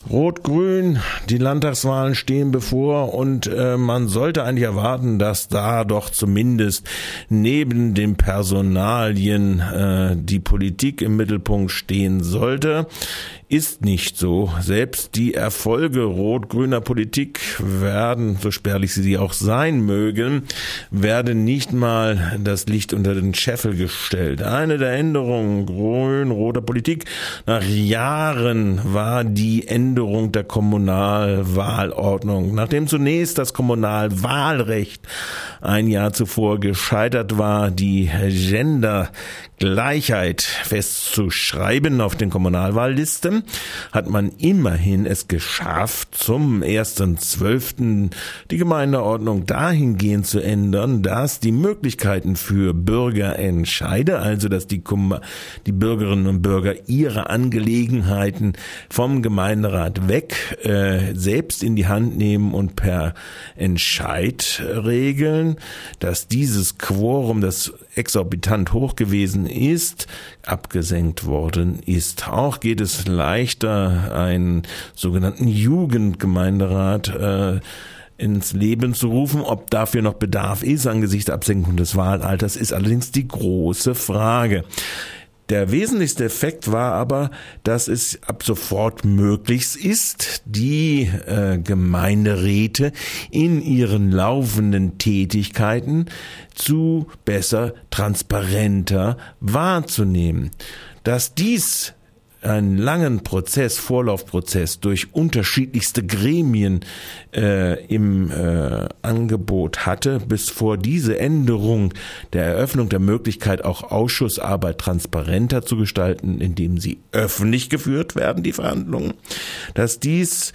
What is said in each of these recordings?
Rot-Grün, die Landtagswahlen stehen bevor und man sollte eigentlich erwarten, dass da doch zumindest neben den Personalien die Politik im Mittelpunkt stehen sollte. Ist nicht so. Selbst die Erfolge rot-grüner Politik werden, so spärlich sie auch sein mögen, werden nicht mal das Licht unter den Scheffel gestellt. Eine der Änderungen grün-roter Politik nach Jahren war die Änderung der Kommunalwahlordnung. Nachdem zunächst das Kommunalwahlrecht ein Jahr zuvor gescheitert war, die Gendergleichheit festzuschreiben auf den Kommunalwahllisten, hat man immerhin es geschafft, zum 1.12. die Gemeindeordnung dahingehend zu ändern, dass die Möglichkeiten für Bürgerentscheide, also dass die Bürgerinnen und Bürger ihre Angelegenheiten vom Gemeinderat weg selbst in die Hand nehmen und per Entscheid regeln, dass dieses Quorum, das exorbitant hoch gewesen ist, abgesenkt worden ist. Auch geht es leichter, einen sogenannten Jugendgemeinderat ins Leben zu rufen. Ob dafür noch Bedarf ist angesichts der Absenkung des Wahlalters, ist allerdings die große Frage. Der wesentlichste Effekt war aber, dass es ab sofort möglich ist, die Gemeinderäte in ihren laufenden Tätigkeiten zu besser, transparenter wahrzunehmen. Dass dies einen langen Vorlaufprozess durch unterschiedlichste Gremien im Angebot hatte, bis vor diese Änderung der Eröffnung der Möglichkeit, auch Ausschussarbeit transparenter zu gestalten, indem sie öffentlich geführt werden, die Verhandlungen, dass dies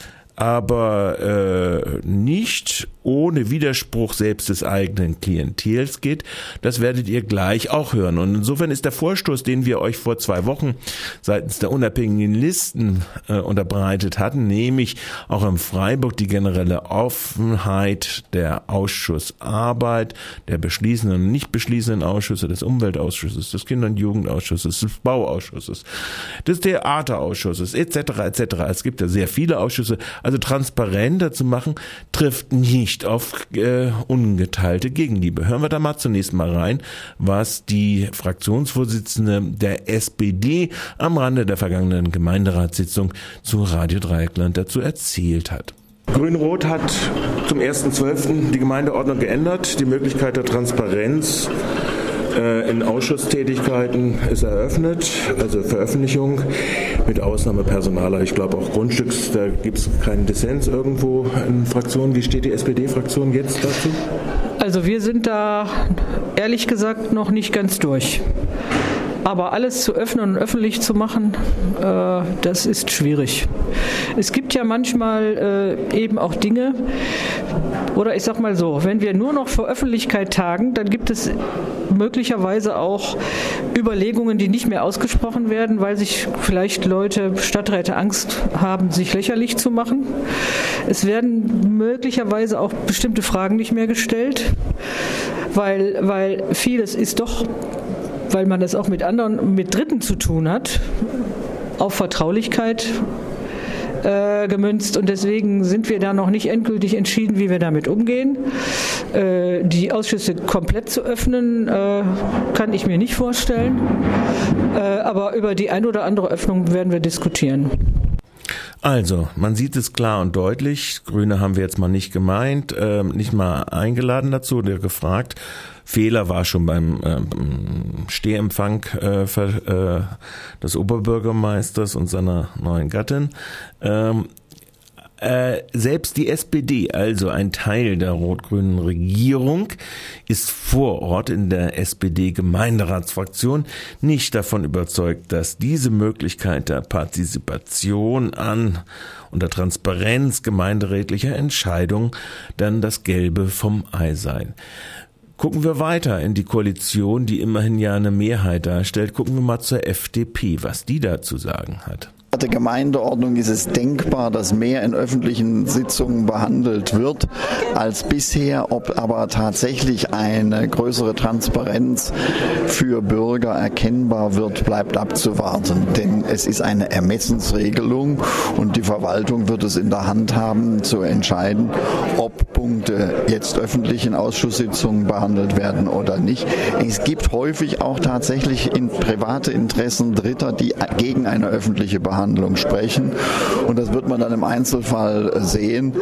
aber nicht ohne Widerspruch selbst des eigenen Klientels geht, das werdet ihr gleich auch hören. Und insofern ist der Vorstoß, den wir euch vor 2 Wochen seitens der unabhängigen Listen unterbreitet hatten, nämlich auch in Freiburg die generelle Offenheit der Ausschussarbeit, der beschließenden und nicht beschließenden Ausschüsse, des Umweltausschusses, des Kinder- und Jugendausschusses, des Bauausschusses, des Theaterausschusses etc. etc. Es gibt ja sehr viele Ausschüsse. Also transparenter zu machen, trifft nicht auf ungeteilte Gegenliebe. Hören wir da mal zunächst mal rein, was die Fraktionsvorsitzende der SPD am Rande der vergangenen Gemeinderatssitzung zu Radio Dreieckland dazu erzählt hat. Grün-Rot hat zum 1.12. die Gemeindeordnung geändert. Die Möglichkeit der Transparenz in Ausschusstätigkeiten ist eröffnet, also Veröffentlichung mit Ausnahme Personaler, ich glaube auch Grundstücks, da gibt es keinen Dissens irgendwo in Fraktionen. Wie steht die SPD-Fraktion jetzt dazu? Also wir sind da ehrlich gesagt noch nicht ganz durch. Aber alles zu öffnen und öffentlich zu machen, das ist schwierig. Es gibt ja manchmal eben auch Dinge, oder ich sag mal so, wenn wir nur noch vor Öffentlichkeit tagen, dann gibt es möglicherweise auch Überlegungen, die nicht mehr ausgesprochen werden, weil sich vielleicht Stadträte Angst haben, sich lächerlich zu machen. Es werden möglicherweise auch bestimmte Fragen nicht mehr gestellt, weil vieles ist doch, weil man das auch mit Dritten zu tun hat, auf Vertraulichkeit gemünzt, und deswegen sind wir da noch nicht endgültig entschieden, wie wir damit umgehen. Die Ausschüsse komplett zu öffnen, kann ich mir nicht vorstellen, aber über die ein oder andere Öffnung werden wir diskutieren. Also, man sieht es klar und deutlich. Grüne haben wir jetzt mal nicht gemeint, nicht mal eingeladen dazu, der gefragt. Fehler war schon beim Stehempfang des Oberbürgermeisters und seiner neuen Gattin. Selbst die SPD, also ein Teil der rot-grünen Regierung, ist vor Ort in der SPD-Gemeinderatsfraktion nicht davon überzeugt, dass diese Möglichkeit der Partizipation an und der Transparenz gemeinderätlicher Entscheidungen dann das Gelbe vom Ei sei. Gucken wir weiter in die Koalition, die immerhin ja eine Mehrheit darstellt. Gucken wir mal zur FDP, was die da zu sagen hat. der Gemeindeordnung ist es denkbar, dass mehr in öffentlichen Sitzungen behandelt wird als bisher. Ob aber tatsächlich eine größere Transparenz für Bürger erkennbar wird, bleibt abzuwarten. Denn es ist eine Ermessensregelung und die Verwaltung wird es in der Hand haben, zu entscheiden, ob Punkte jetzt öffentlich in Ausschusssitzungen behandelt werden oder nicht. Es gibt häufig auch tatsächlich private Interessen Dritter, die gegen eine öffentliche Behandlung sprechen. Und das wird man dann im Einzelfall sehen.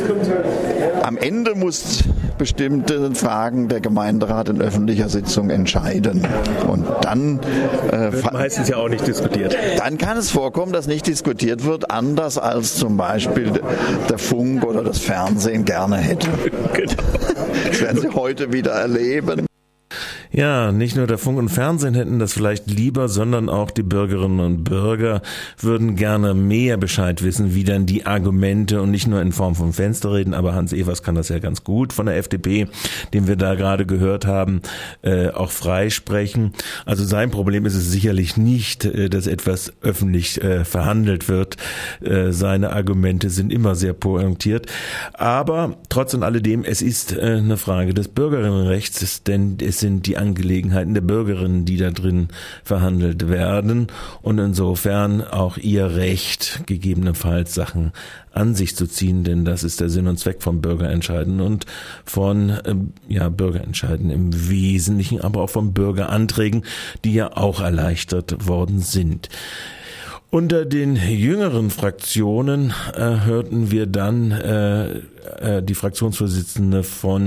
Am Ende muss bestimmte Fragen der Gemeinderat in öffentlicher Sitzung entscheiden. Und dann wird meistens ja auch nicht diskutiert. Dann kann es vorkommen, dass nicht diskutiert wird, anders als zum Beispiel der Funk oder das Fernsehen gerne hätte. Genau. Das werden Sie heute wieder erleben. Ja, nicht nur der Funk und Fernsehen hätten das vielleicht lieber, sondern auch die Bürgerinnen und Bürger würden gerne mehr Bescheid wissen, wie dann die Argumente und nicht nur in Form von Fensterreden, aber Hans Evers kann das ja ganz gut von der FDP, den wir da gerade gehört haben, auch freisprechen. Also sein Problem ist es sicherlich nicht, dass etwas öffentlich verhandelt wird. Seine Argumente sind immer sehr pointiert. Aber trotz und alledem, es ist eine Frage des Bürgerinnenrechts, denn es sind die Angelegenheiten der Bürgerinnen, die da drin verhandelt werden und insofern auch ihr Recht, gegebenenfalls Sachen an sich zu ziehen, denn das ist der Sinn und Zweck von Bürgerentscheiden und von Bürgerentscheiden im Wesentlichen, aber auch von Bürgeranträgen, die ja auch erleichtert worden sind. Unter den jüngeren Fraktionen hörten wir dann die Fraktionsvorsitzende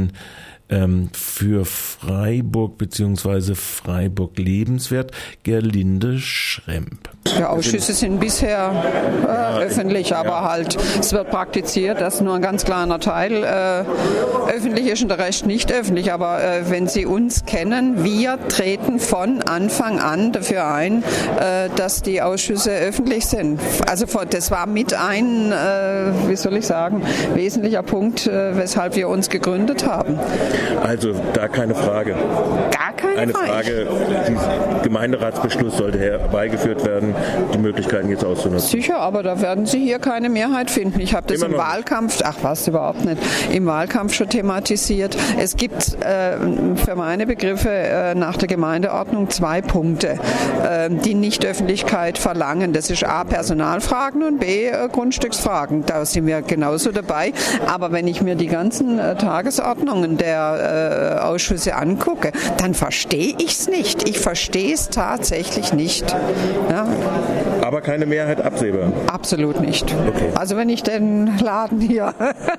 für Freiburg bzw. Freiburg Lebenswert, Gerlinde Schremp. Die Ausschüsse sind bisher öffentlich, aber halt es wird praktiziert, dass nur ein ganz kleiner Teil öffentlich ist und der Rest nicht öffentlich. Aber wenn Sie uns kennen, wir treten von Anfang an dafür ein, dass die Ausschüsse öffentlich sind. Also das war mit ein, wesentlicher Punkt, weshalb wir uns gegründet haben. Also da keine Frage. Gar keine Eine Frage, dieser Gemeinderatsbeschluss sollte herbeigeführt werden, die Möglichkeiten jetzt auszunutzen. Sicher, aber da werden Sie hier keine Mehrheit finden. Ich habe das im Wahlkampf, im Wahlkampf schon thematisiert. Es gibt für meine Begriffe nach der Gemeindeordnung 2 Punkte, die Nichtöffentlichkeit verlangen. Das ist A, Personalfragen und B, Grundstücksfragen. Da sind wir genauso dabei. Aber wenn ich mir die ganzen Tagesordnungen der Ausschüsse angucke, dann verstehe ich es nicht. Ich verstehe es tatsächlich nicht. Ja. Aber keine Mehrheit absehbar? Absolut nicht. Okay. Also wenn ich den Laden hier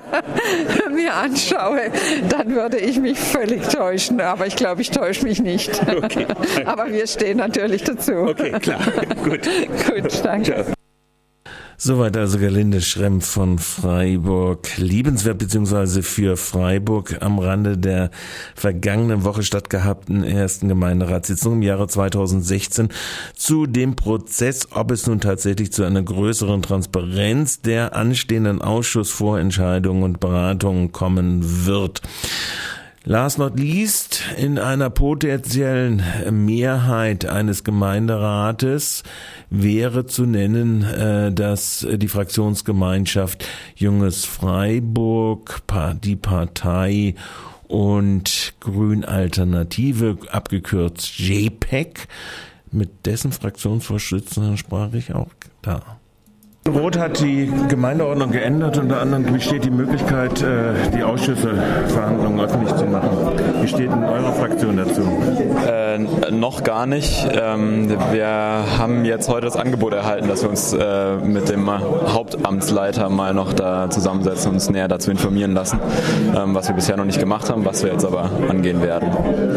mir anschaue, dann würde ich mich völlig täuschen. Aber ich glaube, ich täusche mich nicht. Okay. Aber wir stehen natürlich dazu. Okay, klar. Gut. Gut, danke. Ciao. Soweit also Gerlinde Schremp von Freiburg Liebenswert bzw. für Freiburg am Rande der vergangenen Woche stattgehabten ersten Gemeinderatssitzung im Jahre 2016 zu dem Prozess, ob es nun tatsächlich zu einer größeren Transparenz der anstehenden Ausschussvorentscheidungen und Beratungen kommen wird. Last not least, in einer potenziellen Mehrheit eines Gemeinderates wäre zu nennen, dass die Fraktionsgemeinschaft Junges Freiburg, die Partei und Grün Alternative, abgekürzt JPEG, mit dessen Fraktionsvorsitzenden sprach ich auch da. Rot hat die Gemeindeordnung geändert, unter anderem besteht die Möglichkeit, die Ausschüsseverhandlungen öffentlich zu machen. Wie steht denn eure Fraktion dazu? Noch gar nicht. Wir haben jetzt heute das Angebot erhalten, dass wir uns mit dem Hauptamtsleiter mal noch da zusammensetzen und uns näher dazu informieren lassen, was wir bisher noch nicht gemacht haben, was wir jetzt aber angehen werden.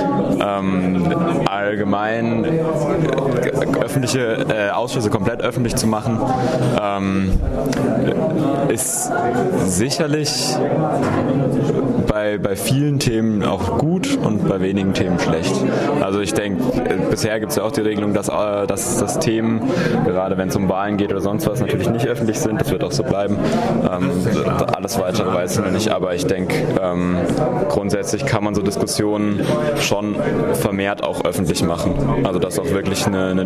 Allgemein öffentliche Ausschüsse komplett öffentlich zu machen, ist sicherlich bei vielen Themen auch gut und bei wenigen Themen schlecht. Also ich denke, bisher gibt es ja auch die Regelung, dass das Themen, gerade wenn es um Wahlen geht oder sonst was, natürlich nicht öffentlich sind. Das wird auch so bleiben. Alles Weitere weiß ich noch nicht, aber ich denke, grundsätzlich kann man so Diskussionen schon vermehrt auch öffentlich machen. Also dass auch wirklich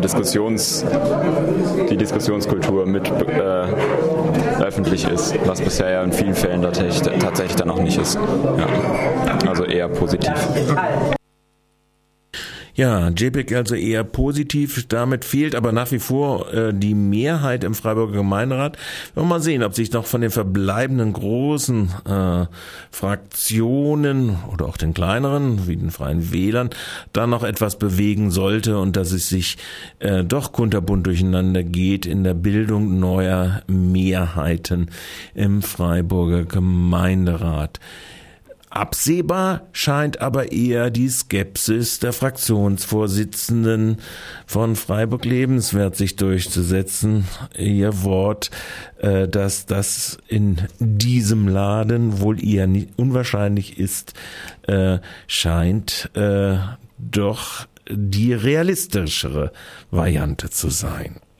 die Diskussionskultur mit öffentlich ist, was bisher ja in vielen Fällen tatsächlich dann auch nicht ist. Ja. Also eher positiv. Ja, JPEG also eher positiv, damit fehlt aber nach wie vor die Mehrheit im Freiburger Gemeinderat. Wir wollen mal sehen, ob sich noch von den verbleibenden großen Fraktionen oder auch den kleineren, wie den Freien Wählern, da noch etwas bewegen sollte und dass es sich doch kunterbunt durcheinander geht in der Bildung neuer Mehrheiten im Freiburger Gemeinderat. Absehbar scheint aber eher die Skepsis der Fraktionsvorsitzenden von Freiburg Lebenswert sich durchzusetzen. Ihr Wort, dass das in diesem Laden wohl eher unwahrscheinlich ist, scheint doch die realistischere Variante zu sein.